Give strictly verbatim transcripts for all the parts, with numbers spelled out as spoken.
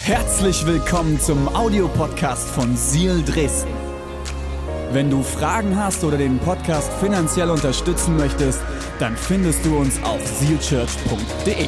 Herzlich willkommen zum Audiopodcast von Seal Dresden. Wenn du Fragen hast oder den Podcast finanziell unterstützen möchtest, dann findest du uns auf seal church punkt de.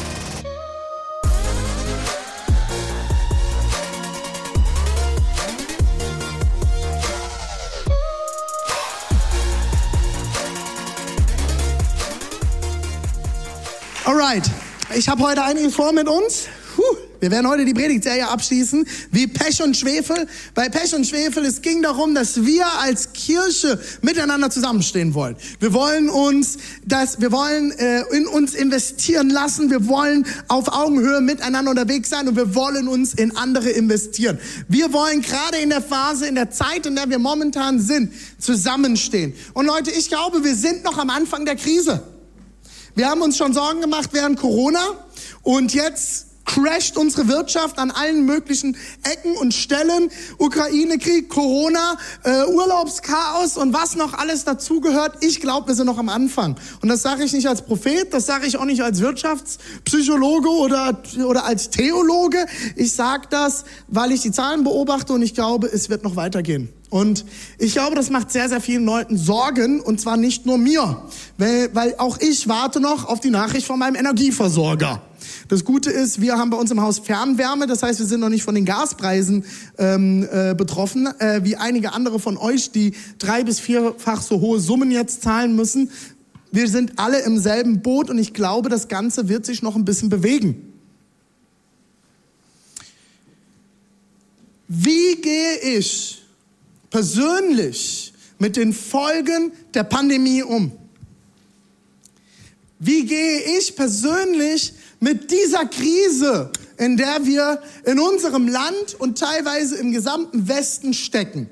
Alright, ich habe heute einiges vor mit uns. Puh. Wir werden heute die Predigtserie abschließen, wie Pech und Schwefel. Bei Pech und Schwefel, es ging darum, dass wir als Kirche miteinander zusammenstehen wollen. Wir wollen uns, das, wir wollen äh, in uns investieren lassen. Wir wollen auf Augenhöhe miteinander unterwegs sein und wir wollen uns in andere investieren. Wir wollen gerade in der Phase, in der Zeit, in der wir momentan sind, zusammenstehen. Und Leute, ich glaube, wir sind noch am Anfang der Krise. Wir haben uns schon Sorgen gemacht während Corona und jetzt crasht unsere Wirtschaft an allen möglichen Ecken und Stellen. Ukraine-Krieg, Corona, äh, Urlaubschaos und was noch alles dazugehört. Ich glaube, wir sind noch am Anfang. Und das sage ich nicht als Prophet, das sage ich auch nicht als Wirtschaftspsychologe oder, oder als Theologe. Ich sage das, weil ich die Zahlen beobachte und ich glaube, es wird noch weitergehen. Und ich glaube, das macht sehr, sehr vielen Leuten Sorgen und zwar nicht nur mir, weil, weil auch ich warte noch auf die Nachricht von meinem Energieversorger. Das Gute ist, wir haben bei uns im Haus Fernwärme, das heißt, wir sind noch nicht von den Gaspreisen ähm, äh, betroffen, äh, wie einige andere von euch, die drei- bis vierfach so hohe Summen jetzt zahlen müssen. Wir sind alle im selben Boot und ich glaube, das Ganze wird sich noch ein bisschen bewegen. Wie gehe ich persönlich mit den Folgen der Pandemie um? Wie gehe ich persönlich mit dieser Krise, in der wir in unserem Land und teilweise im gesamten Westen stecken?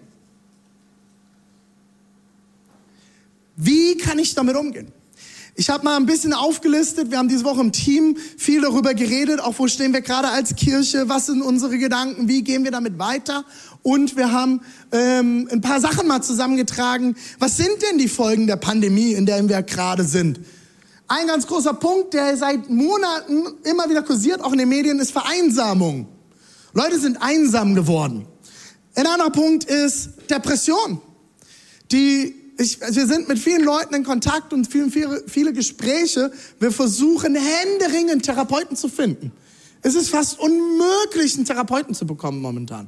Wie kann ich damit umgehen? Ich habe mal ein bisschen aufgelistet, wir haben diese Woche im Team viel darüber geredet, auch wo stehen wir gerade als Kirche, was sind unsere Gedanken, wie gehen wir damit weiter? Und wir haben ähm, ein paar Sachen mal zusammengetragen. Was sind denn die Folgen der Pandemie, in der wir gerade sind? Ein ganz großer Punkt, der seit Monaten immer wieder kursiert, auch in den Medien, ist Vereinsamung. Leute sind einsam geworden. Ein anderer Punkt ist Depression. Die, ich, also wir sind mit vielen Leuten in Kontakt und viele, viele, viele Gespräche. Wir versuchen händeringend Therapeuten zu finden. Es ist fast unmöglich, einen Therapeuten zu bekommen momentan.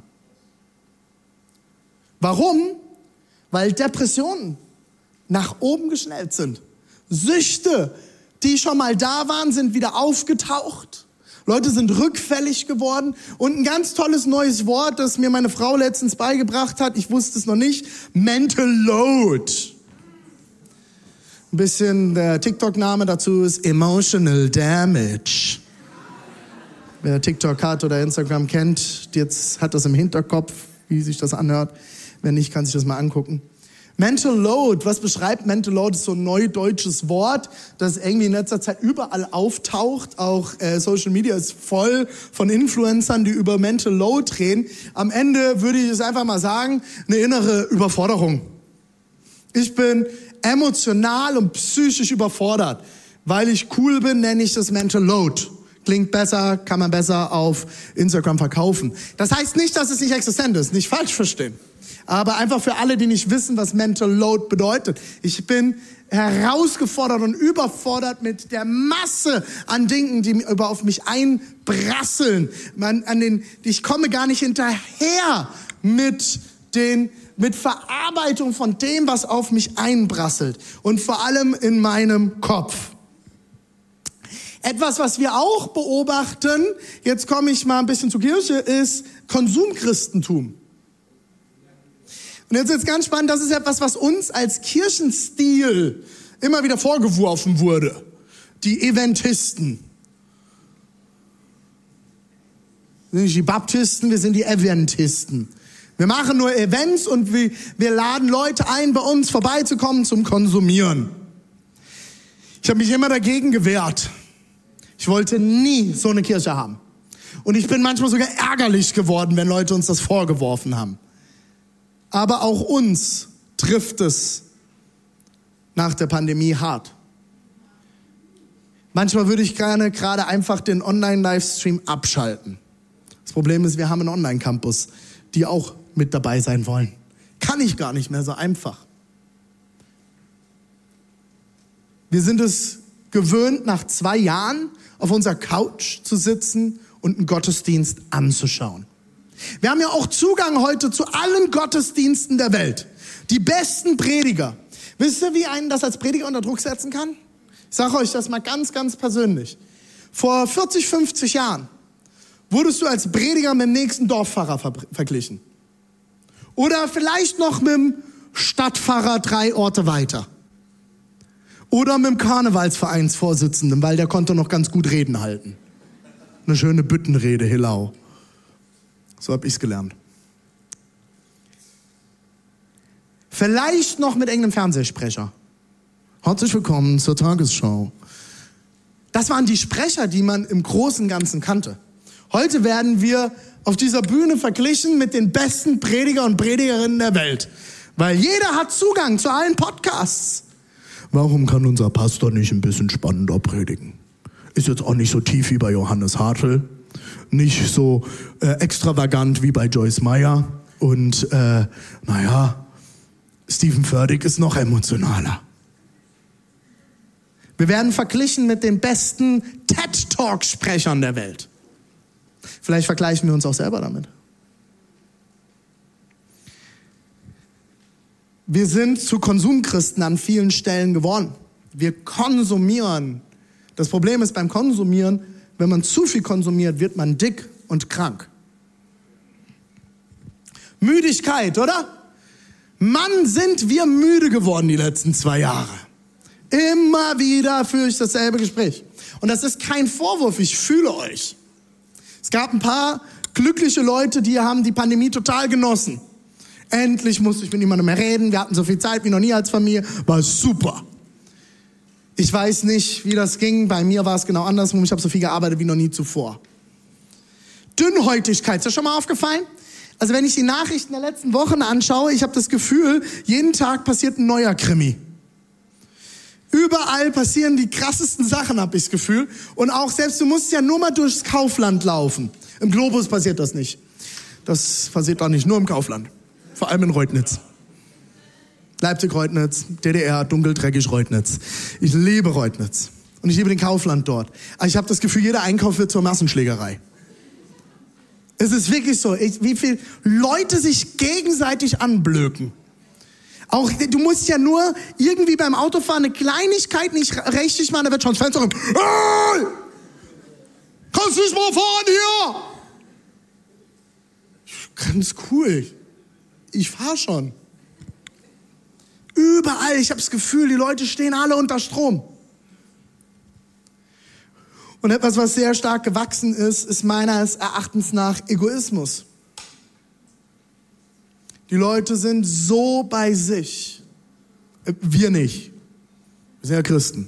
Warum? Weil Depressionen nach oben geschnellt sind. Süchte, die schon mal da waren, sind wieder aufgetaucht. Leute sind rückfällig geworden. Und ein ganz tolles neues Wort, das mir meine Frau letztens beigebracht hat, ich wusste es noch nicht, Mental Load. Ein bisschen der TikTok-Name dazu ist Emotional Damage. Wer TikTok hat oder Instagram kennt, jetzt hat das im Hinterkopf, wie sich das anhört. Wenn nicht, kann sich das mal angucken. Mental Load, was beschreibt Mental Load? Das ist so ein neudeutsches Wort, das irgendwie in letzter Zeit überall auftaucht. Auch äh, Social Media ist voll von Influencern, die über Mental Load reden. Am Ende würde ich es einfach mal sagen, eine innere Überforderung. Ich bin emotional und psychisch überfordert. Weil ich cool bin, nenne ich das Mental Load. Klingt besser, kann man besser auf Instagram verkaufen. Das heißt nicht, dass es nicht existent ist, nicht falsch verstehen. Aber einfach für alle, die nicht wissen, was Mental Load bedeutet. Ich bin herausgefordert und überfordert mit der Masse an Dingen, die über auf mich einprasseln. Man, an den, ich komme gar nicht hinterher mit den, mit Verarbeitung von dem, was auf mich einprasselt. Und vor allem in meinem Kopf. Etwas, was wir auch beobachten, jetzt komme ich mal ein bisschen zur Kirche, ist Konsumchristentum. Und jetzt ist ganz spannend, das ist etwas, was uns als Kirchenstil immer wieder vorgeworfen wurde. Die Eventisten. Wir sind nicht die Baptisten, wir sind die Eventisten. Wir machen nur Events und wir, wir laden Leute ein, bei uns vorbeizukommen zum Konsumieren. Ich habe mich immer dagegen gewehrt. Ich wollte nie so eine Kirche haben. Und ich bin manchmal sogar ärgerlich geworden, wenn Leute uns das vorgeworfen haben. Aber auch uns trifft es nach der Pandemie hart. Manchmal würde ich gerne gerade einfach den Online-Livestream abschalten Das Problem ist, wir haben einen Online-Campus, die auch mit dabei sein wollen. Kann ich gar nicht mehr so einfach. Wir sind es gewöhnt, nach zwei Jahren auf unserer Couch zu sitzen und einen Gottesdienst anzuschauen. Wir haben ja auch Zugang heute zu allen Gottesdiensten der Welt. Die besten Prediger. Wisst ihr, wie einen das als Prediger unter Druck setzen kann? Ich sage euch das mal ganz, ganz persönlich. Vor vierzig, fünfzig Jahren wurdest du als Prediger mit dem nächsten Dorfpfarrer ver- verglichen. Oder vielleicht noch mit dem Stadtpfarrer drei Orte weiter. Oder mit dem Karnevalsvereinsvorsitzenden, weil der konnte noch ganz gut Reden halten. Eine schöne Büttenrede, Hillau. So habe ich's gelernt. Vielleicht noch mit irgendeinem Fernsehsprecher. Herzlich willkommen zur Tagesschau. Das waren die Sprecher, die man im Großen und Ganzen kannte. Heute werden wir auf dieser Bühne verglichen mit den besten Prediger und Predigerinnen der Welt. Weil jeder hat Zugang zu allen Podcasts. Warum kann unser Pastor nicht ein bisschen spannender predigen? Ist jetzt auch nicht so tief wie bei Johannes Hartl. Nicht so äh, extravagant wie bei Joyce Meyer. Und äh, naja... Stephen Furtick ist noch emotionaler. Wir werden verglichen mit den besten TED-Talk-Sprechern der Welt. Vielleicht vergleichen wir uns auch selber damit. Wir sind zu Konsumchristen an vielen Stellen geworden. Wir konsumieren. Das Problem ist beim Konsumieren, wenn man zu viel konsumiert, wird man dick und krank. Müdigkeit, oder? Mann, sind wir müde geworden die letzten zwei Jahre. Immer wieder führe ich dasselbe Gespräch. Und das ist kein Vorwurf, ich fühle euch. Es gab ein paar glückliche Leute, die haben die Pandemie total genossen. Endlich musste ich mit niemandem mehr reden, wir hatten so viel Zeit wie noch nie als Familie, war super. Ich weiß nicht, wie das ging, bei mir war es genau andersrum, ich habe so viel gearbeitet wie noch nie zuvor. Dünnhäutigkeit, ist das schon mal aufgefallen? Also wenn ich die Nachrichten der letzten Wochen anschaue, ich habe das Gefühl, jeden Tag passiert ein neuer Krimi. Überall passieren die krassesten Sachen, habe ich das Gefühl. Und auch selbst, du musst ja nur mal durchs Kaufland laufen. Im Globus passiert das nicht. Das passiert auch nicht, nur im Kaufland. Vor allem in Reutnitz. Leipzig-Reutnitz, D D R, dunkeldreckig Reutnitz. Ich liebe Reutnitz. Und ich liebe den Kaufland dort. Aber ich habe das Gefühl, jeder Einkauf wird zur Massenschlägerei. Es ist wirklich so, ich, wie viele Leute sich gegenseitig anblöken. Auch, du musst ja nur irgendwie beim Autofahren eine Kleinigkeit nicht richtig machen, da wird schon das Fenster rum. Hey! Kannst du nicht mal fahren hier? Ganz cool. Ich fahre schon. Überall, ich habe das Gefühl, die Leute stehen alle unter Strom. Und etwas, was sehr stark gewachsen ist, ist meines Erachtens nach Egoismus. Die Leute sind so bei sich. Wir nicht. Wir sind ja Christen.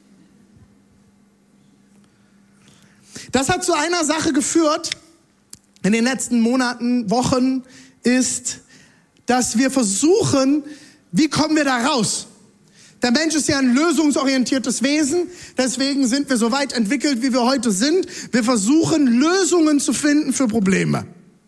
Das hat zu einer Sache geführt, in den letzten Monaten, Wochen, ist, dass wir versuchen, wie kommen wir da raus? Der Mensch ist ja ein lösungsorientiertes Wesen, deswegen sind wir so weit entwickelt, wie wir heute sind. Wir versuchen, Lösungen zu finden für Probleme.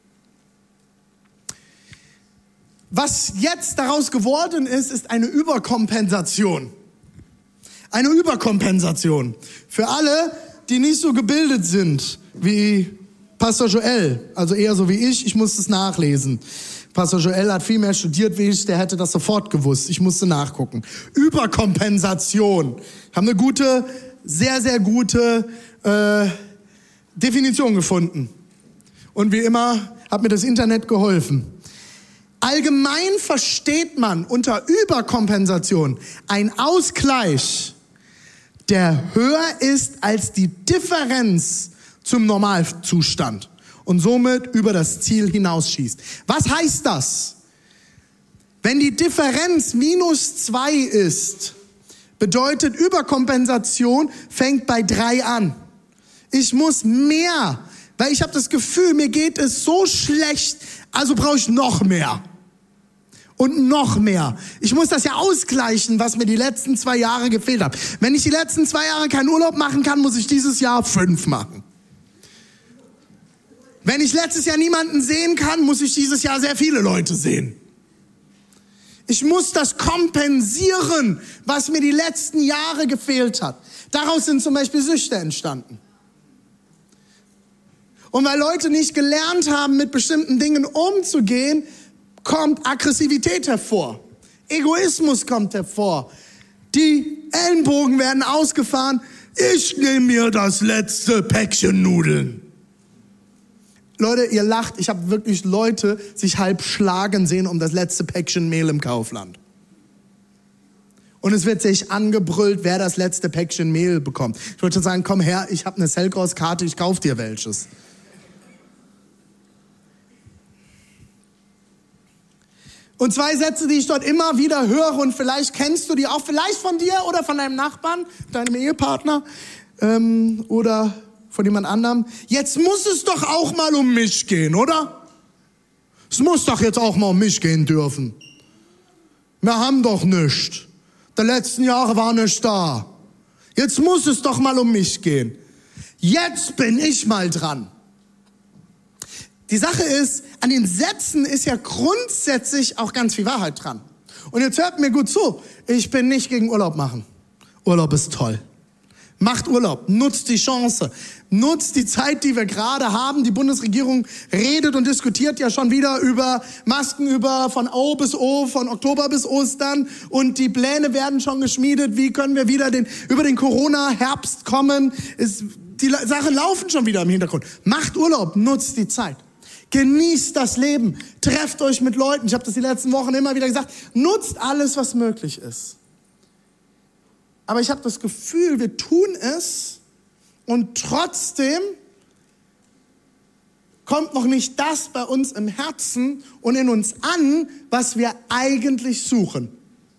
Was jetzt daraus geworden ist, ist eine Überkompensation. Eine Überkompensation. Für alle, die nicht so gebildet sind wie Pastor Joel, also eher so wie ich, ich musste es nachlesen. Pastor Joel hat viel mehr studiert wie ich, der hätte das sofort gewusst. Ich musste nachgucken. Überkompensation. Ich habe eine gute, sehr, sehr gute äh, Definition gefunden. Und wie immer hat mir das Internet geholfen. Allgemein versteht man unter Überkompensation ein Ausgleich, der höher ist als die Differenz zum Normalzustand und somit über das Ziel hinausschießt. Was heißt das? Wenn die Differenz minus zwei ist, bedeutet Überkompensation fängt bei drei an. Ich muss mehr, weil ich habe das Gefühl, mir geht es so schlecht, also brauche ich noch mehr. Und noch mehr. Ich muss das ja ausgleichen, was mir die letzten zwei Jahre gefehlt hat. Wenn ich die letzten zwei Jahre keinen Urlaub machen kann, muss ich dieses Jahr fünf machen. Wenn ich letztes Jahr niemanden sehen kann, muss ich dieses Jahr sehr viele Leute sehen. Ich muss das kompensieren, was mir die letzten Jahre gefehlt hat. Daraus sind zum Beispiel Süchte entstanden. Und weil Leute nicht gelernt haben, mit bestimmten Dingen umzugehen, kommt Aggressivität hervor. Egoismus kommt hervor. Die Ellenbogen werden ausgefahren. Ich nehme mir das letzte Päckchen Nudeln. Leute, ihr lacht. Ich habe wirklich Leute sich halb schlagen sehen um das letzte Päckchen Mehl im Kaufland. Und es wird sich angebrüllt, wer das letzte Päckchen Mehl bekommt. Ich wollte sagen, komm her, ich habe eine Selgros-Karte, ich kauf dir welches. Und zwei Sätze, die ich dort immer wieder höre, und vielleicht kennst du die auch, vielleicht von dir oder von deinem Nachbarn, deinem Ehepartner ähm, oder von jemand anderem. Jetzt muss es doch auch mal um mich gehen, oder? Es muss doch jetzt auch mal um mich gehen dürfen. Wir haben doch nichts. Die letzten Jahre war nichts da. Jetzt muss es doch mal um mich gehen. Jetzt bin ich mal dran. Die Sache ist, an den Sätzen ist ja grundsätzlich auch ganz viel Wahrheit dran. Und jetzt hört mir gut zu. Ich bin nicht gegen Urlaub machen. Urlaub ist toll. Macht Urlaub, nutzt die Chance, nutzt die Zeit, die wir gerade haben. Die Bundesregierung redet und diskutiert ja schon wieder über Masken, über von O bis O, von Oktober bis Ostern. Und die Pläne werden schon geschmiedet. Wie können wir wieder den, über den Corona-Herbst kommen? Es, die Sachen laufen schon wieder im Hintergrund. Macht Urlaub, nutzt die Zeit. Genießt das Leben, trefft euch mit Leuten. Ich habe das die letzten Wochen immer wieder gesagt. Nutzt alles, was möglich ist. Aber ich habe das Gefühl, wir tun es und trotzdem kommt noch nicht das bei uns im Herzen und in uns an, was wir eigentlich suchen.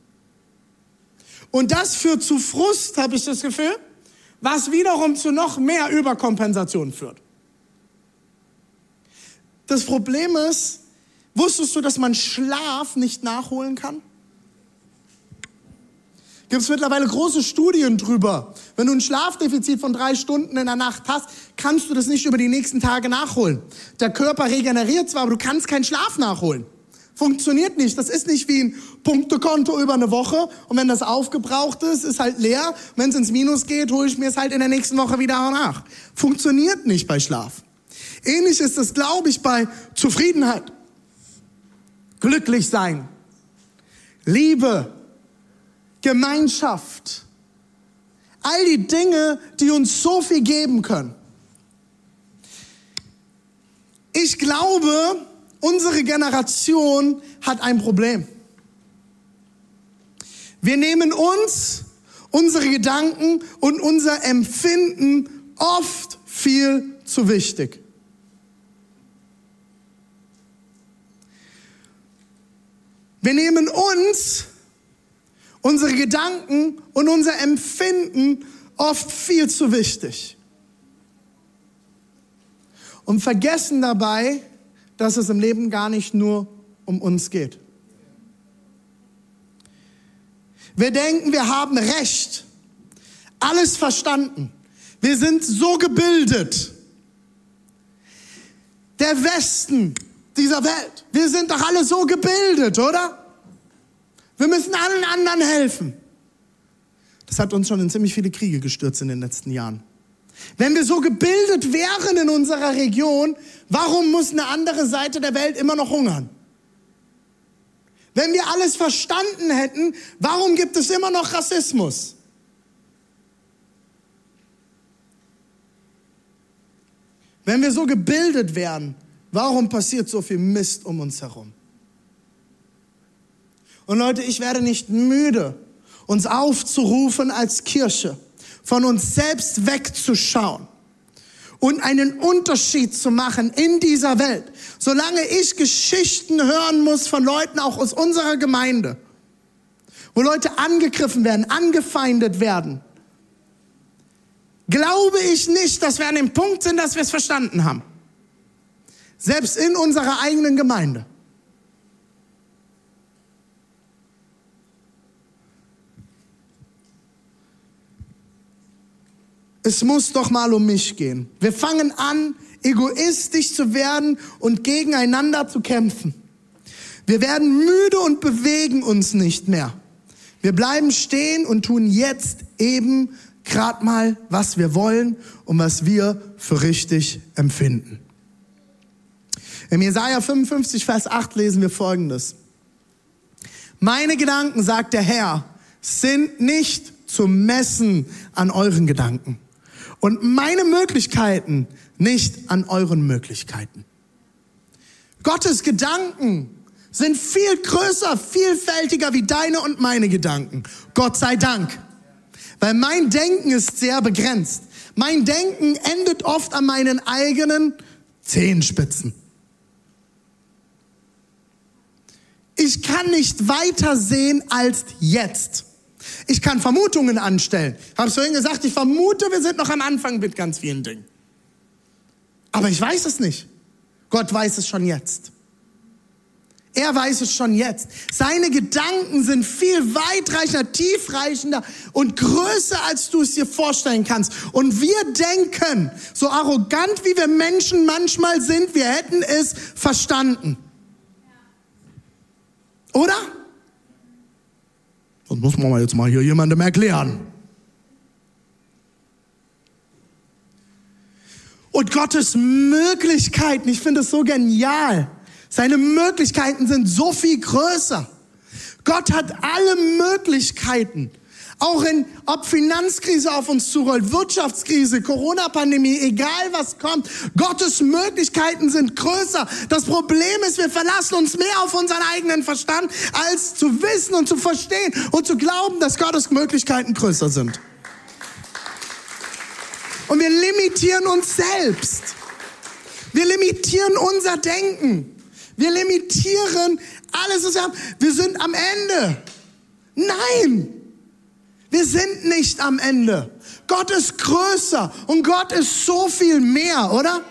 Und das führt zu Frust, habe ich das Gefühl, was wiederum zu noch mehr Überkompensation führt. Das Problem ist, wusstest du, dass man Schlaf nicht nachholen kann? Gibt es mittlerweile große Studien drüber. Wenn du ein Schlafdefizit von drei Stunden in der Nacht hast, kannst du das nicht über die nächsten Tage nachholen. Der Körper regeneriert zwar, aber du kannst keinen Schlaf nachholen. Funktioniert nicht. Das ist nicht wie ein Punktekonto über eine Woche. Und wenn das aufgebraucht ist, ist halt leer. Wenn es ins Minus geht, hole ich mir es halt in der nächsten Woche wieder nach. Funktioniert nicht bei Schlaf. Ähnlich ist es, glaube ich, bei Zufriedenheit. Glücklich sein. Liebe. Gemeinschaft. All die Dinge, die uns so viel geben können. Ich glaube, unsere Generation hat ein Problem. Wir nehmen uns, unsere Gedanken und unser Empfinden oft viel zu wichtig. Wir nehmen uns, unsere Gedanken und unser Empfinden oft viel zu wichtig. Und vergessen dabei, dass es im Leben gar nicht nur um uns geht. Wir denken, wir haben Recht, alles verstanden. Wir sind so gebildet. Der Westen dieser Welt, wir sind doch alle so gebildet, oder? Wir müssen allen anderen helfen. Das hat uns schon in ziemlich viele Kriege gestürzt in den letzten Jahren. Wenn wir so gebildet wären in unserer Region, warum muss eine andere Seite der Welt immer noch hungern? Wenn wir alles verstanden hätten, warum gibt es immer noch Rassismus? Wenn wir so gebildet wären, warum passiert so viel Mist um uns herum? Und Leute, ich werde nicht müde, uns aufzurufen als Kirche, von uns selbst wegzuschauen und einen Unterschied zu machen in dieser Welt. Solange ich Geschichten hören muss von Leuten auch aus unserer Gemeinde, wo Leute angegriffen werden, angefeindet werden, glaube ich nicht, dass wir an dem Punkt sind, dass wir es verstanden haben. Selbst in unserer eigenen Gemeinde. Es muss doch mal um mich gehen. Wir fangen an, egoistisch zu werden und gegeneinander zu kämpfen. Wir werden müde und bewegen uns nicht mehr. Wir bleiben stehen und tun jetzt eben gerade mal, was wir wollen und was wir für richtig empfinden. Im Jesaja fünfundfünfzig, Vers acht lesen wir Folgendes. Meine Gedanken, sagt der Herr, sind nicht zu messen an euren Gedanken und meine Möglichkeiten nicht an euren Möglichkeiten. Gottes Gedanken sind viel größer, vielfältiger wie deine und meine Gedanken. Gott sei Dank. Weil mein Denken ist sehr begrenzt. Mein Denken endet oft an meinen eigenen Zehenspitzen. Ich kann nicht weiter sehen als jetzt. Ich kann Vermutungen anstellen. Ich habe es vorhin gesagt, ich vermute, wir sind noch am Anfang mit ganz vielen Dingen. Aber ich weiß es nicht. Gott weiß es schon jetzt. Er weiß es schon jetzt. Seine Gedanken sind viel weitreichender, tiefreichender und größer, als du es dir vorstellen kannst. Und wir denken, so arrogant wie wir Menschen manchmal sind, wir hätten es verstanden. Oder? Das muss man jetzt mal hier jemandem erklären. Und Gottes Möglichkeiten, ich finde es so genial. Seine Möglichkeiten sind so viel größer. Gott hat alle Möglichkeiten. Auch in, ob Finanzkrise auf uns zurollt, Wirtschaftskrise, Corona-Pandemie, egal was kommt. Gottes Möglichkeiten sind größer. Das Problem ist, wir verlassen uns mehr auf unseren eigenen Verstand, als zu wissen und zu verstehen und zu glauben, dass Gottes Möglichkeiten größer sind. Und wir limitieren uns selbst. Wir limitieren unser Denken. Wir limitieren alles, was wir haben. Wir sind am Ende. Nein, wir sind nicht am Ende. Gott ist größer und Gott ist so viel mehr, oder?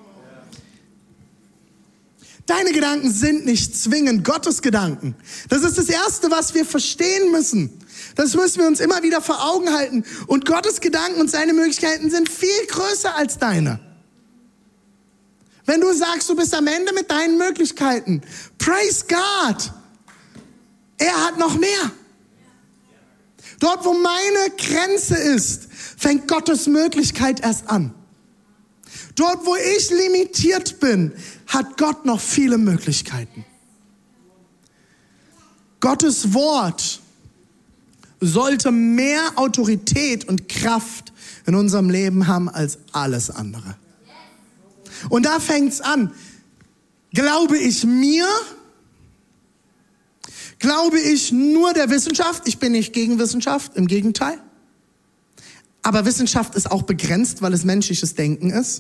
Deine Gedanken sind nicht zwingend Gottes Gedanken. Das ist das Erste, was wir verstehen müssen. Das müssen wir uns immer wieder vor Augen halten. Und Gottes Gedanken und seine Möglichkeiten sind viel größer als deine. Wenn du sagst, du bist am Ende mit deinen Möglichkeiten, praise God. Er hat noch mehr. Dort, wo meine Grenze ist, fängt Gottes Möglichkeit erst an. Dort, wo ich limitiert bin, hat Gott noch viele Möglichkeiten. Gottes Wort sollte mehr Autorität und Kraft in unserem Leben haben als alles andere. Und da fängt's an. Glaube ich mir? Glaube ich nur der Wissenschaft? Ich bin nicht gegen Wissenschaft, im Gegenteil. Aber Wissenschaft ist auch begrenzt, weil es menschliches Denken ist.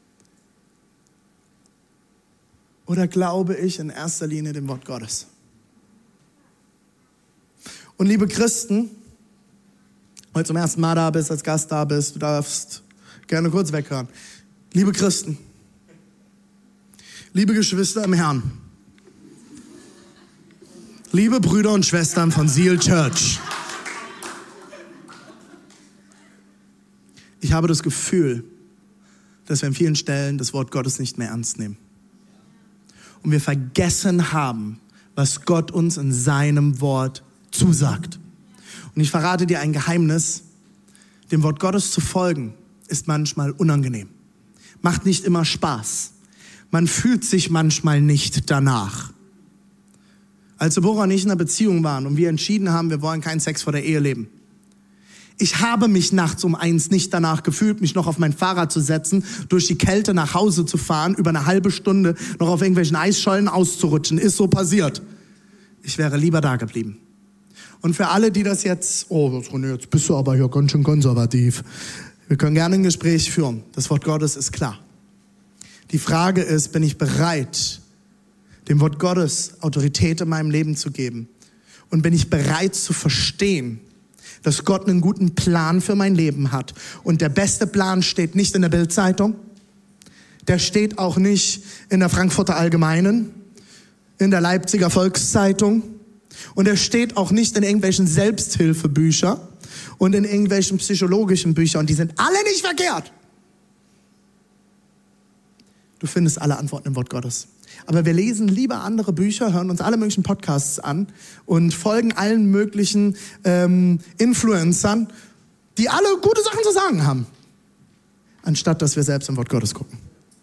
Oder glaube ich in erster Linie dem Wort Gottes? Und liebe Christen, heute zum ersten Mal da bist, als Gast da bist, du darfst gerne kurz weghören. Liebe Christen, liebe Geschwister im Herrn, liebe Brüder und Schwestern von Seal Church, ich habe das Gefühl, dass wir an vielen Stellen das Wort Gottes nicht mehr ernst nehmen. Und wir vergessen haben, was Gott uns in seinem Wort zusagt. Und ich verrate dir ein Geheimnis, dem Wort Gottes zu folgen, ist manchmal unangenehm. Macht nicht immer Spaß. Man fühlt sich manchmal nicht danach. Als Deborah und ich in einer Beziehung waren und wir entschieden haben, wir wollen keinen Sex vor der Ehe leben. Ich habe mich nachts um eins nicht danach gefühlt, mich noch auf mein Fahrrad zu setzen, durch die Kälte nach Hause zu fahren, über eine halbe Stunde noch auf irgendwelchen Eisschollen auszurutschen. Ist so passiert. Ich wäre lieber da geblieben. Und für alle, die das jetzt, oh, René, jetzt bist du aber hier ganz schön konservativ. Wir können gerne ein Gespräch führen. Das Wort Gottes ist klar. Die Frage ist, bin ich bereit, dem Wort Gottes Autorität in meinem Leben zu geben? Und bin ich bereit zu verstehen, dass Gott einen guten Plan für mein Leben hat? Und der beste Plan steht nicht in der Bild-Zeitung. Der steht auch nicht in der Frankfurter Allgemeinen, in der Leipziger Volkszeitung. Und er steht auch nicht in irgendwelchen Selbsthilfebüchern und in irgendwelchen psychologischen Büchern. Und die sind alle nicht verkehrt. Du findest alle Antworten im Wort Gottes. Aber wir lesen lieber andere Bücher, hören uns alle möglichen Podcasts an und folgen allen möglichen ähm, Influencern, die alle gute Sachen zu sagen haben, anstatt dass wir selbst im Wort Gottes gucken.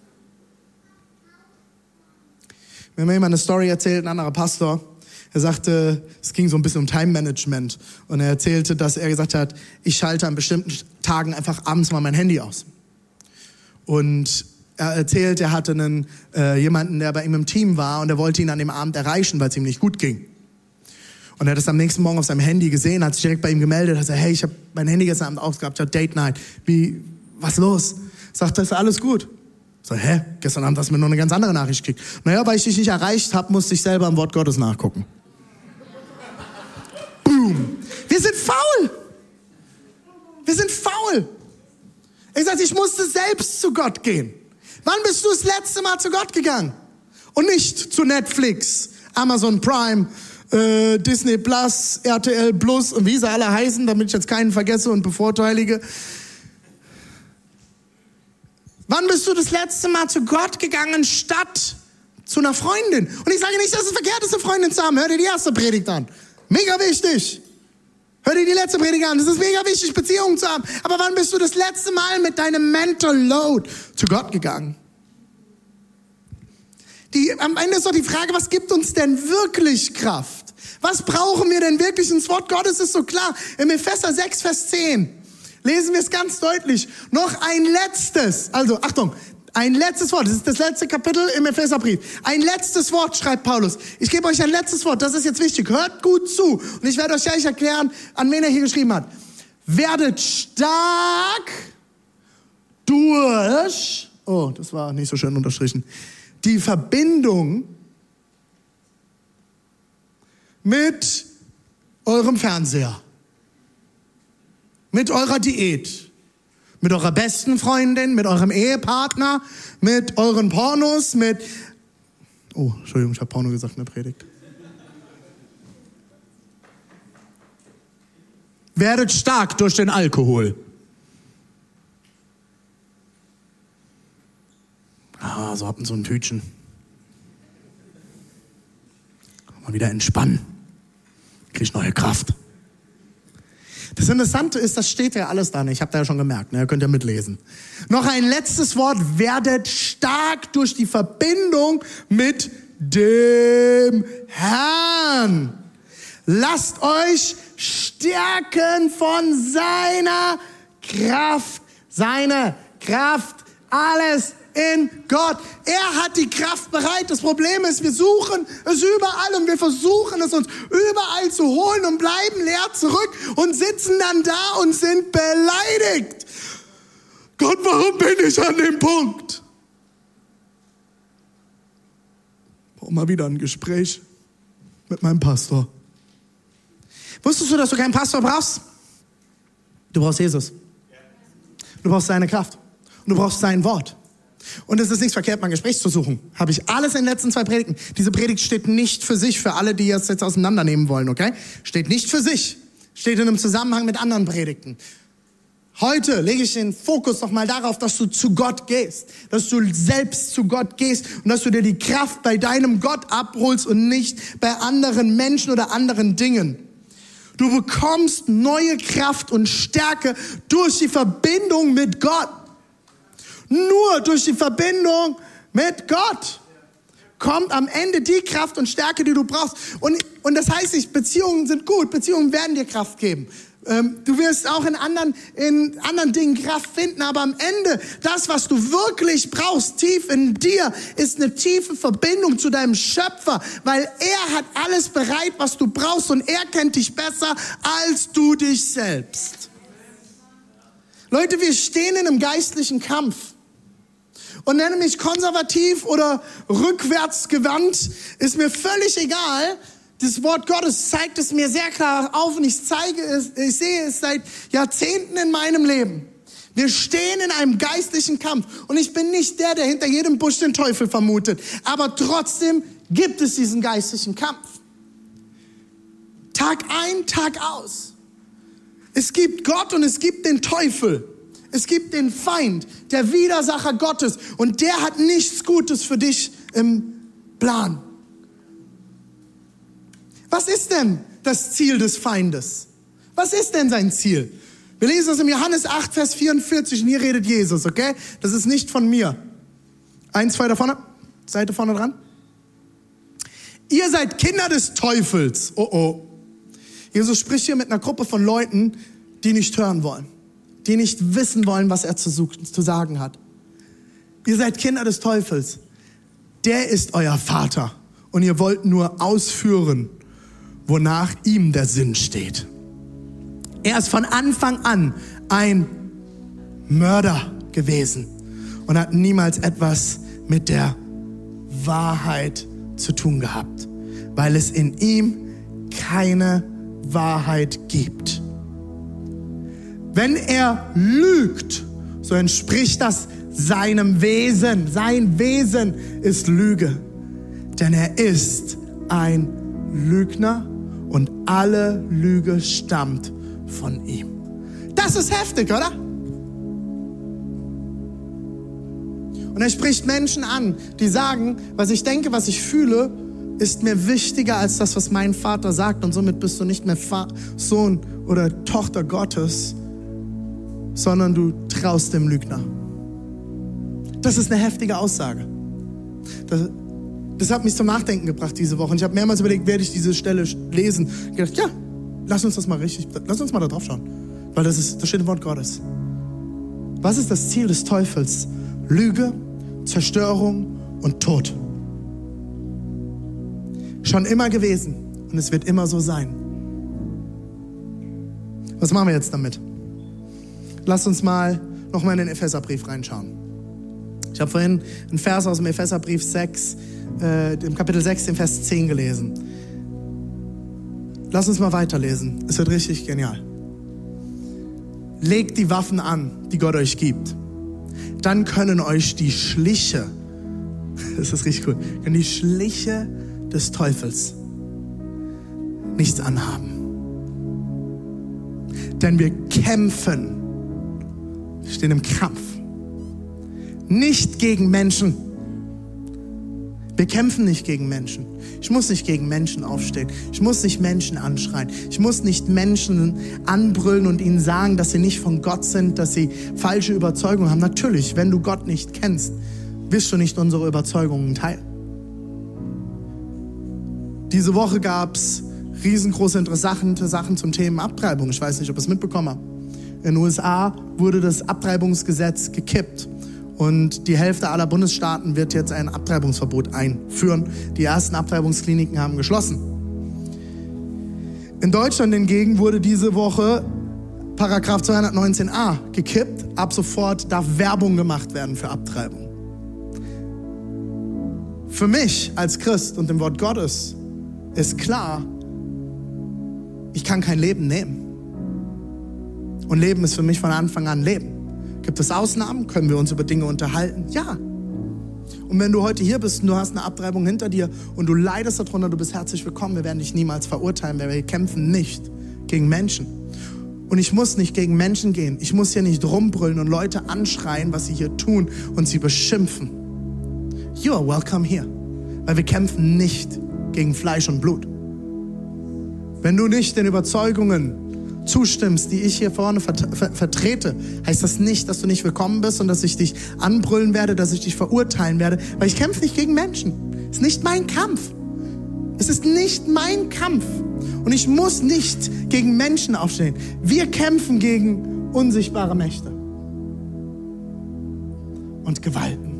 Mir hat jemand eine Story erzählt, ein anderer Pastor. Er sagte, es ging so ein bisschen um Time-Management. Und er erzählte, dass er gesagt hat, ich schalte an bestimmten Tagen einfach abends mal mein Handy aus. Und er erzählt, er hatte einen, äh, jemanden, der bei ihm im Team war und er wollte ihn an dem Abend erreichen, weil es ihm nicht gut ging. Und er hat es am nächsten Morgen auf seinem Handy gesehen, hat sich direkt bei ihm gemeldet, hat gesagt, hey, ich habe mein Handy gestern Abend ausgehabt, ich hatte Date Night. Wie, was los? Sagt er, ist alles gut? So, hä? Gestern Abend hast du mir noch eine ganz andere Nachricht gekriegt. Naja, weil ich dich nicht erreicht habe, musste ich selber im Wort Gottes nachgucken. Boom. Wir sind faul. Wir sind faul. Ich sag, ich musste selbst zu Gott gehen. Wann bist du das letzte Mal zu Gott gegangen? Und nicht zu Netflix, Amazon Prime, äh, Disney Plus, R T L Plus und wie sie alle heißen, damit ich jetzt keinen vergesse und bevorteilige. Wann bist du das letzte Mal zu Gott gegangen, statt zu einer Freundin? Und ich sage nicht, dass es verkehrt ist, eine Freundin zu haben. Hör dir die erste Predigt an. Mega wichtig. Hör dir die letzte Predigt an. Es ist mega wichtig, Beziehungen zu haben. Aber wann bist du das letzte Mal mit deinem Mental Load zu Gott gegangen? Die, am Ende ist doch die Frage, was gibt uns denn wirklich Kraft? Was brauchen wir denn wirklich? Und das Wort Gottes ist so klar. Im Epheser sechs, Vers zehn lesen wir es ganz deutlich. Noch ein letztes, also Achtung, ein letztes Wort, das ist das letzte Kapitel im Epheserbrief. Ein letztes Wort, schreibt Paulus. Ich gebe euch ein letztes Wort, das ist jetzt wichtig. Hört gut zu. Und ich werde euch gleich erklären, an wen er hier geschrieben hat. Werdet stark durch, oh, das war nicht so schön unterstrichen, die Verbindung mit eurem Fernseher, mit eurer Diät, mit eurer besten Freundin, mit eurem Ehepartner, mit euren Pornos, mit... Oh, Entschuldigung, ich habe Porno gesagt in der Predigt. Werdet stark durch den Alkohol. Ah, so habt ihr so ein Tütchen. Mal wieder entspannen. Krieg ich neue Kraft. Das Interessante ist, das steht ja alles da. Ich habe da ja schon gemerkt, ne? Ihr könnt ja mitlesen. Noch ein letztes Wort. Werdet stark durch die Verbindung mit dem Herrn. Lasst euch stärken von seiner Kraft. Seine Kraft. Alles in Gott. Er hat die Kraft bereit. Das Problem ist, wir suchen es überall und wir versuchen es uns überall zu holen und bleiben leer zurück und sitzen dann da und sind beleidigt. Gott, warum bin ich an dem Punkt? Brauch mal wieder ein Gespräch mit meinem Pastor. Wusstest du, dass du keinen Pastor brauchst? Du brauchst Jesus. Du brauchst seine Kraft. Und du brauchst sein Wort. Und es ist nichts verkehrt, mal ein Gespräch zu suchen. Habe ich alles in den letzten zwei Predigten. Diese Predigt steht nicht für sich, für alle, die es jetzt auseinandernehmen wollen, okay? Steht nicht für sich. Steht in einem Zusammenhang mit anderen Predigten. Heute lege ich den Fokus nochmal darauf, dass du zu Gott gehst. Dass du selbst zu Gott gehst und dass du dir die Kraft bei deinem Gott abholst und nicht bei anderen Menschen oder anderen Dingen. Du bekommst neue Kraft und Stärke durch die Verbindung mit Gott. Nur durch die Verbindung mit Gott kommt am Ende die Kraft und Stärke, die du brauchst. Und, und das heißt nicht, Beziehungen sind gut, Beziehungen werden dir Kraft geben. Ähm, du wirst auch in anderen, in anderen Dingen Kraft finden, aber am Ende, das, was du wirklich brauchst, tief in dir, ist eine tiefe Verbindung zu deinem Schöpfer, weil er hat alles bereit, was du brauchst und er kennt dich besser als du dich selbst. Leute, wir stehen in einem geistlichen Kampf. Und nenne mich konservativ oder rückwärtsgewandt, ist mir völlig egal. Das Wort Gottes zeigt es mir sehr klar auf und ich zeige es, ich sehe es seit Jahrzehnten in meinem Leben. Wir stehen in einem geistlichen Kampf und ich bin nicht der, der hinter jedem Busch den Teufel vermutet. Aber trotzdem gibt es diesen geistlichen Kampf. Tag ein, Tag aus. Es gibt Gott und es gibt den Teufel. Es gibt den Feind, der Widersacher Gottes, und der hat nichts Gutes für dich im Plan. Was ist denn das Ziel des Feindes? Was ist denn sein Ziel? Wir lesen das im Johannes acht, Vers vierundvierzig, und hier redet Jesus, okay? Das ist nicht von mir. Eins, zwei da vorne, Seite vorne dran. Ihr seid Kinder des Teufels. Oh oh. Jesus spricht hier mit einer Gruppe von Leuten, die nicht hören wollen, die nicht wissen wollen, was er zu, suchen, zu sagen hat. Ihr seid Kinder des Teufels. Der ist euer Vater und ihr wollt nur ausführen, wonach ihm der Sinn steht. Er ist von Anfang an ein Mörder gewesen und hat niemals etwas mit der Wahrheit zu tun gehabt, weil es in ihm keine Wahrheit gibt. Wenn er lügt, so entspricht das seinem Wesen. Sein Wesen ist Lüge, denn er ist ein Lügner und alle Lüge stammt von ihm. Das ist heftig, oder? Und er spricht Menschen an, die sagen, was ich denke, was ich fühle, ist mir wichtiger als das, was mein Vater sagt. Und somit bist du nicht mehr Sohn oder Tochter Gottes, sondern du traust dem Lügner. Das ist eine heftige Aussage. Das, das hat mich zum Nachdenken gebracht diese Woche. Und ich habe mehrmals überlegt, werde ich diese Stelle lesen. Ich habe gedacht, ja, lass uns das mal richtig, lass uns mal da drauf schauen. Weil das ist, das steht im Wort Gottes. Was ist das Ziel des Teufels? Lüge, Zerstörung und Tod. Schon immer gewesen und es wird immer so sein. Was machen wir jetzt damit? Lass uns mal nochmal in den Epheserbrief reinschauen. Ich habe vorhin einen Vers aus dem Epheserbrief sechs, äh, im Kapitel sechs, den Vers zehn gelesen. Lass uns mal weiterlesen. Es wird richtig genial. Legt die Waffen an, die Gott euch gibt. Dann können euch die Schliche, das ist richtig cool, können die Schliche des Teufels nichts anhaben. Denn wir kämpfen, wir stehen im Kampf, nicht gegen Menschen. Wir kämpfen nicht gegen Menschen. Ich muss nicht gegen Menschen aufstehen. Ich muss nicht Menschen anschreien. Ich muss nicht Menschen anbrüllen und ihnen sagen, dass sie nicht von Gott sind, dass sie falsche Überzeugungen haben. Natürlich, wenn du Gott nicht kennst, wirst du nicht unsere Überzeugungen teilen. Diese Woche gab es riesengroße, interessante Sachen zum Thema Abtreibung. Ich weiß nicht, ob ihr es mitbekommen habt. In den U S A wurde das Abtreibungsgesetz gekippt. Und die Hälfte aller Bundesstaaten wird jetzt ein Abtreibungsverbot einführen. Die ersten Abtreibungskliniken haben geschlossen. In Deutschland hingegen wurde diese Woche Paragraph zweihundertneunzehn a gekippt. Ab sofort darf Werbung gemacht werden für Abtreibung. Für mich als Christ und dem Wort Gottes ist klar, ich kann kein Leben nehmen. Und Leben ist für mich von Anfang an Leben. Gibt es Ausnahmen? Können wir uns über Dinge unterhalten? Ja. Und wenn du heute hier bist und du hast eine Abtreibung hinter dir und du leidest darunter, du bist herzlich willkommen. Wir werden dich niemals verurteilen, weil wir kämpfen nicht gegen Menschen. Und ich muss nicht gegen Menschen gehen. Ich muss hier nicht rumbrüllen und Leute anschreien, was sie hier tun und sie beschimpfen. You are welcome here. Weil wir kämpfen nicht gegen Fleisch und Blut. Wenn du nicht den Überzeugungen zustimmst, die ich hier vorne vert- ver- vertrete, heißt das nicht, dass du nicht willkommen bist und dass ich dich anbrüllen werde, dass ich dich verurteilen werde, weil ich kämpfe nicht gegen Menschen. Es ist nicht mein Kampf. Es ist nicht mein Kampf. Und ich muss nicht gegen Menschen aufstehen. Wir kämpfen gegen unsichtbare Mächte und Gewalten.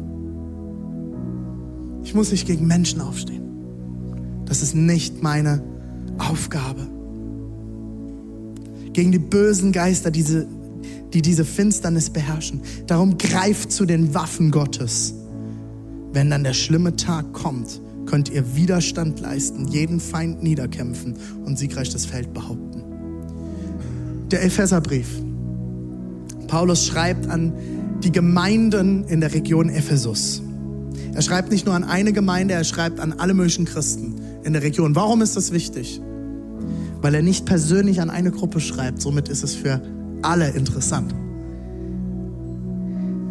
Ich muss nicht gegen Menschen aufstehen. Das ist nicht meine Aufgabe. Gegen die bösen Geister, diese, die diese Finsternis beherrschen. Darum greift zu den Waffen Gottes. Wenn dann der schlimme Tag kommt, könnt ihr Widerstand leisten, jeden Feind niederkämpfen und siegreich das Feld behaupten. Der Epheserbrief. Paulus schreibt an die Gemeinden in der Region Ephesus. Er schreibt nicht nur an eine Gemeinde, er schreibt an alle möglichen Christen in der Region. Warum ist das wichtig? Weil er nicht persönlich an eine Gruppe schreibt, somit ist es für alle interessant.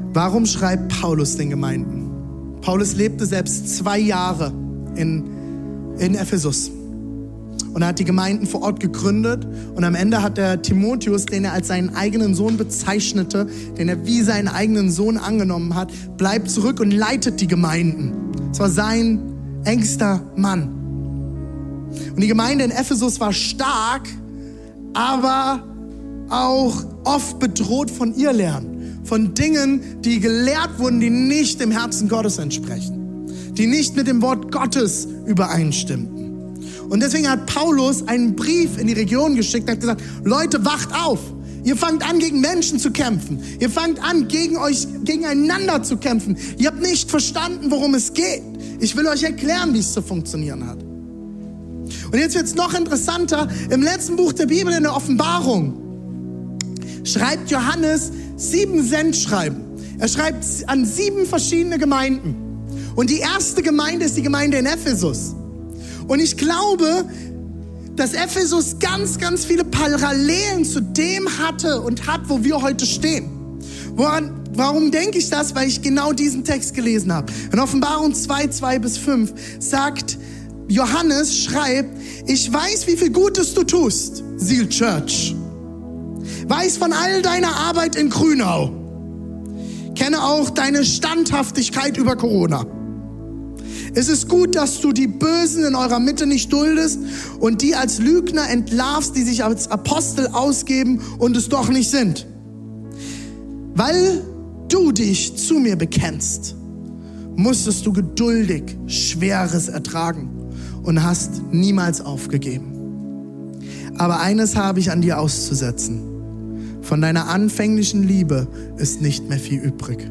Warum schreibt Paulus den Gemeinden? Paulus lebte selbst zwei Jahre in, in Ephesus. Und er hat die Gemeinden vor Ort gegründet. Und am Ende hat er Timotheus, den er als seinen eigenen Sohn bezeichnete, den er wie seinen eigenen Sohn angenommen hat, bleibt zurück und leitet die Gemeinden. Das war sein engster Mann. Und die Gemeinde in Ephesus war stark, aber auch oft bedroht von Irrlehren, von Dingen, die gelehrt wurden, die nicht dem Herzen Gottes entsprechen, die nicht mit dem Wort Gottes übereinstimmten. Und deswegen hat Paulus einen Brief in die Region geschickt und hat gesagt, Leute, wacht auf. Ihr fangt an, gegen Menschen zu kämpfen. Ihr fangt an, gegen euch, gegeneinander zu kämpfen. Ihr habt nicht verstanden, worum es geht. Ich will euch erklären, wie es zu funktionieren hat. Und jetzt wird es noch interessanter. Im letzten Buch der Bibel, in der Offenbarung, schreibt Johannes sieben Sendschreiben. Er schreibt an sieben verschiedene Gemeinden. Und die erste Gemeinde ist die Gemeinde in Ephesus. Und ich glaube, dass Ephesus ganz, ganz viele Parallelen zu dem hatte und hat, wo wir heute stehen. Woran, warum denke ich das? Weil ich genau diesen Text gelesen habe. In Offenbarung zwei, zwei bis fünf sagt Johannes, schreibt, ich weiß, wie viel Gutes du tust, Seal Church. Weiß von all deiner Arbeit in Grünau. Kenne auch deine Standhaftigkeit über Corona. Es ist gut, dass du die Bösen in eurer Mitte nicht duldest und die als Lügner entlarvst, die sich als Apostel ausgeben und es doch nicht sind. Weil du dich zu mir bekennst, musstest du geduldig Schweres ertragen und hast niemals aufgegeben. Aber eines habe ich an dir auszusetzen. Von deiner anfänglichen Liebe ist nicht mehr viel übrig.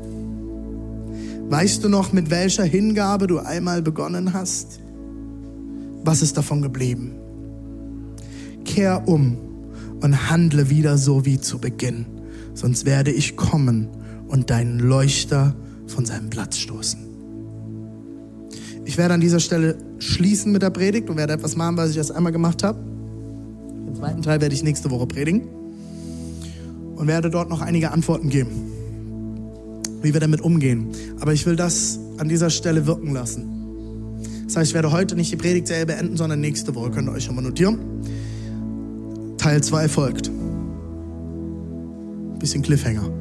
Weißt du noch, mit welcher Hingabe du einmal begonnen hast? Was ist davon geblieben? Kehr um und handle wieder so wie zu Beginn. Sonst werde ich kommen und deinen Leuchter von seinem Platz stoßen. Ich werde an dieser Stelle schließen mit der Predigt und werde etwas machen, was ich erst einmal gemacht habe. Den zweiten Teil werde ich nächste Woche predigen und werde dort noch einige Antworten geben, wie wir damit umgehen. Aber ich will das an dieser Stelle wirken lassen. Das heißt, ich werde heute nicht die Predigtserie beenden, sondern nächste Woche. Könnt ihr euch schon mal notieren. Teil zwei folgt. Bisschen Cliffhanger.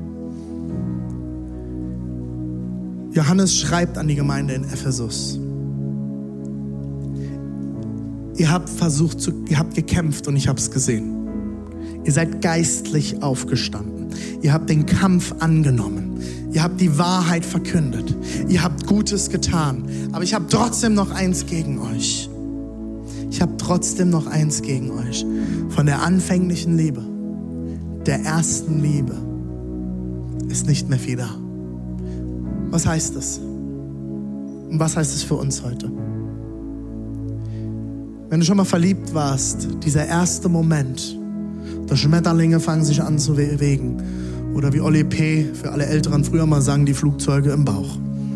Johannes schreibt an die Gemeinde in Ephesus. Ihr habt versucht, zu, ihr habt gekämpft und ich habe es gesehen. Ihr seid geistlich aufgestanden. Ihr habt den Kampf angenommen. Ihr habt die Wahrheit verkündet. Ihr habt Gutes getan. Aber ich habe trotzdem noch eins gegen euch. Ich habe trotzdem noch eins gegen euch. Von der anfänglichen Liebe, der ersten Liebe, ist nicht mehr viel da. Was heißt das? Und was heißt es für uns heute? Wenn du schon mal verliebt warst, dieser erste Moment, die Schmetterlinge fangen sich an zu bewegen. Oder wie Oli P. für alle Älteren früher mal sagen, die Flugzeuge im Bauch.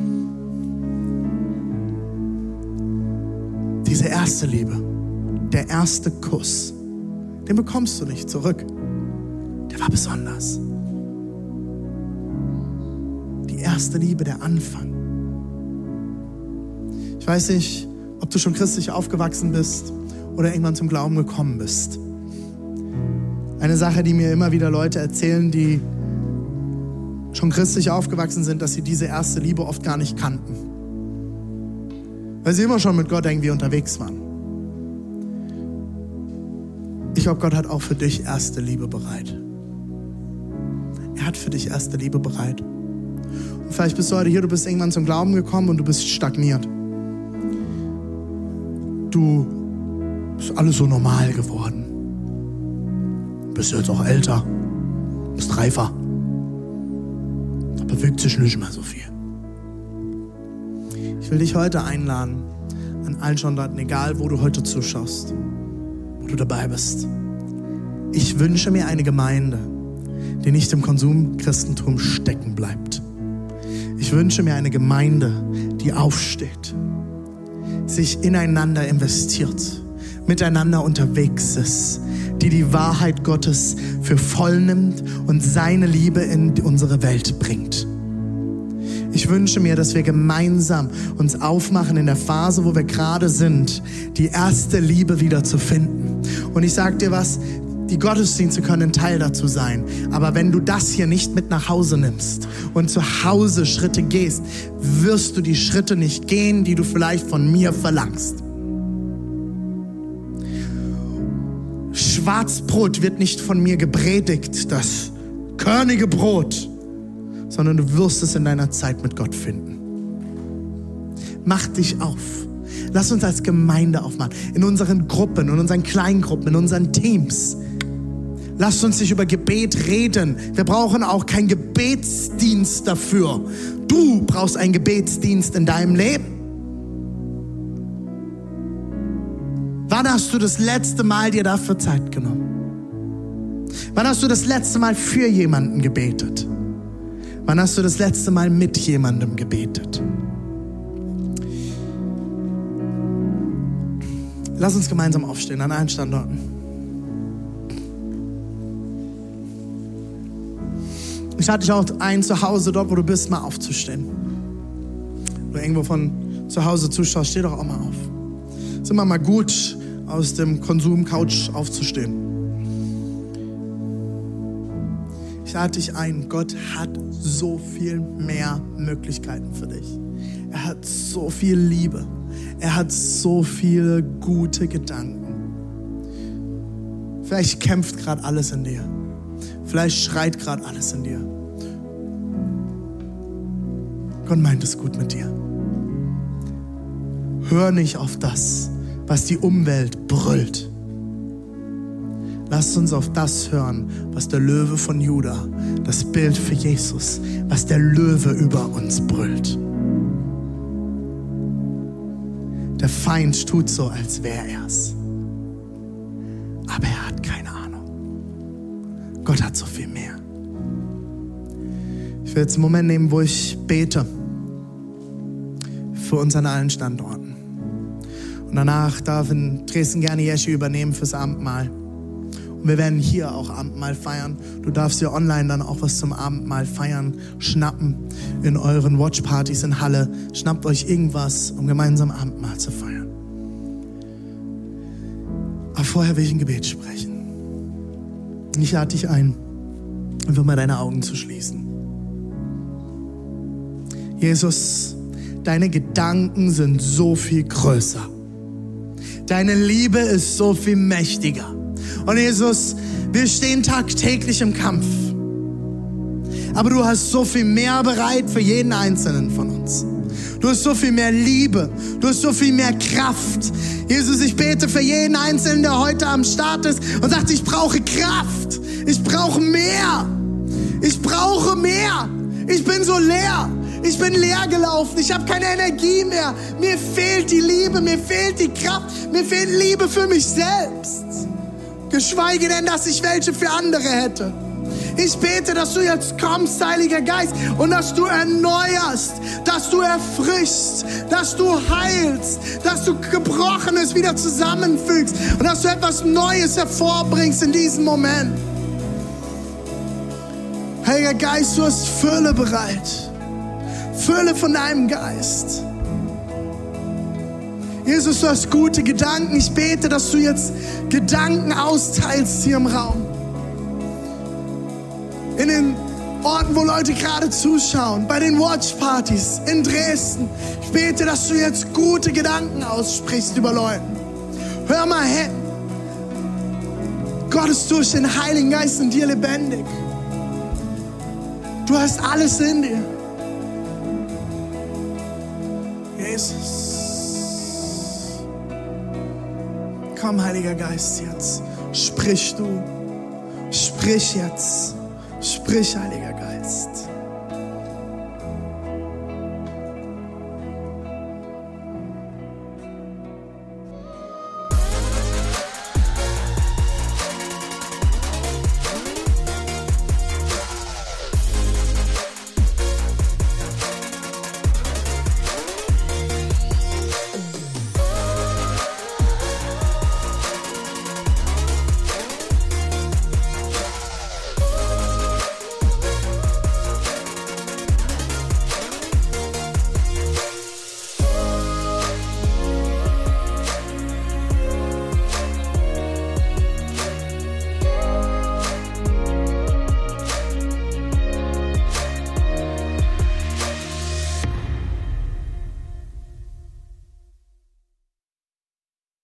Diese erste Liebe, der erste Kuss, den bekommst du nicht zurück. Der war besonders. Die erste Liebe, der Anfang. Ich weiß nicht, ob du schon christlich aufgewachsen bist oder irgendwann zum Glauben gekommen bist. Eine Sache, die mir immer wieder Leute erzählen, die schon christlich aufgewachsen sind, dass sie diese erste Liebe oft gar nicht kannten. Weil sie immer schon mit Gott irgendwie unterwegs waren. Ich glaube, Gott hat auch für dich erste Liebe bereit. Er hat für dich erste Liebe bereit. Und vielleicht bist du heute hier, du bist irgendwann zum Glauben gekommen und du bist stagniert. Du bist alles so normal geworden. Du bist jetzt auch älter, du bist reifer. Da bewegt sich nicht mehr so viel. Ich will dich heute einladen, an allen Standorten, egal wo du heute zuschaust, wo du dabei bist. Ich wünsche mir eine Gemeinde, die nicht im Konsumchristentum stecken bleibt. Ich wünsche mir eine Gemeinde, die aufsteht, sich ineinander investiert, miteinander unterwegs ist, die die Wahrheit Gottes für voll nimmt und seine Liebe in unsere Welt bringt. Ich wünsche mir, dass wir gemeinsam uns aufmachen in der Phase, wo wir gerade sind, die erste Liebe wieder zu finden. Und ich sag dir was, die Gottesdienste können ein Teil dazu sein. Aber wenn du das hier nicht mit nach Hause nimmst und zu Hause Schritte gehst, wirst du die Schritte nicht gehen, die du vielleicht von mir verlangst. Schwarzbrot wird nicht von mir gepredigt, das körnige Brot, sondern du wirst es in deiner Zeit mit Gott finden. Mach dich auf. Lass uns als Gemeinde aufmachen. In unseren Gruppen, in unseren Kleingruppen, in unseren Teams. Lasst uns nicht über Gebet reden. Wir brauchen auch keinen Gebetsdienst dafür. Du brauchst einen Gebetsdienst in deinem Leben. Wann hast du das letzte Mal dir dafür Zeit genommen? Wann hast du das letzte Mal für jemanden gebetet? Wann hast du das letzte Mal mit jemandem gebetet? Lass uns gemeinsam aufstehen an allen Standorten. Ich lade dich auch ein, zu Hause, dort wo du bist, mal aufzustehen. Wenn du irgendwo von zu Hause zuschaust, steh doch auch mal auf. Es ist immer mal gut, aus dem Konsum-Couch aufzustehen. Ich lade dich ein, Gott hat so viel mehr Möglichkeiten für dich. Er hat so viel Liebe. Er hat so viele gute Gedanken. Vielleicht kämpft gerade alles in dir. Vielleicht schreit gerade alles in dir. Gott meint es gut mit dir. Hör nicht auf das, was die Umwelt brüllt. Lasst uns auf das hören, was der Löwe von Juda, das Bild für Jesus, was der Löwe über uns brüllt. Der Feind tut so, als wäre er's. Aber er hat keine Ahnung. Gott hat so viel mehr. Ich will jetzt einen Moment nehmen, wo ich bete. Für uns an allen Standorten. Und danach darf in Dresden gerne Jeschi übernehmen fürs Abendmahl. Und wir werden hier auch Abendmahl feiern. Du darfst dir online dann auch was zum Abendmahl feiern, schnappen in euren Watchpartys in Halle. Schnappt euch irgendwas, um gemeinsam Abendmahl zu feiern. Aber vorher will ich ein Gebet sprechen. Ich lade dich ein, einfach mal deine Augen zu schließen. Jesus, deine Gedanken sind so viel größer. Deine Liebe ist so viel mächtiger. Und Jesus, wir stehen tagtäglich im Kampf. Aber du hast so viel mehr bereit für jeden Einzelnen von uns. Du hast so viel mehr Liebe. Du hast so viel mehr Kraft. Jesus, ich bete für jeden Einzelnen, der heute am Start ist und sagt, ich brauche Kraft. Ich brauche mehr. Ich brauche mehr. Ich bin so leer. Ich bin leer gelaufen. Ich habe keine Energie mehr. Mir fehlt die Liebe. Mir fehlt die Kraft. Mir fehlt Liebe für mich selbst. Geschweige denn, dass ich welche für andere hätte. Ich bete, dass du jetzt kommst, Heiliger Geist, und dass du erneuerst, dass du erfrischst, dass du heilst, dass du Gebrochenes wieder zusammenfügst und dass du etwas Neues hervorbringst in diesem Moment. Heiliger Geist, du hast Fülle bereit. Fülle von deinem Geist. Jesus, du hast gute Gedanken. Ich bete, dass du jetzt Gedanken austeilst hier im Raum. In den Orten, wo Leute gerade zuschauen, bei den Watchpartys in Dresden. Ich bete, dass du jetzt gute Gedanken aussprichst über Leute. Hör mal hin. Gott ist durch den Heiligen Geist in dir lebendig. Du hast alles in dir. Jesus. Komm, Heiliger Geist, jetzt. Sprich du. Sprich jetzt. Sprich, Heiliger Geist.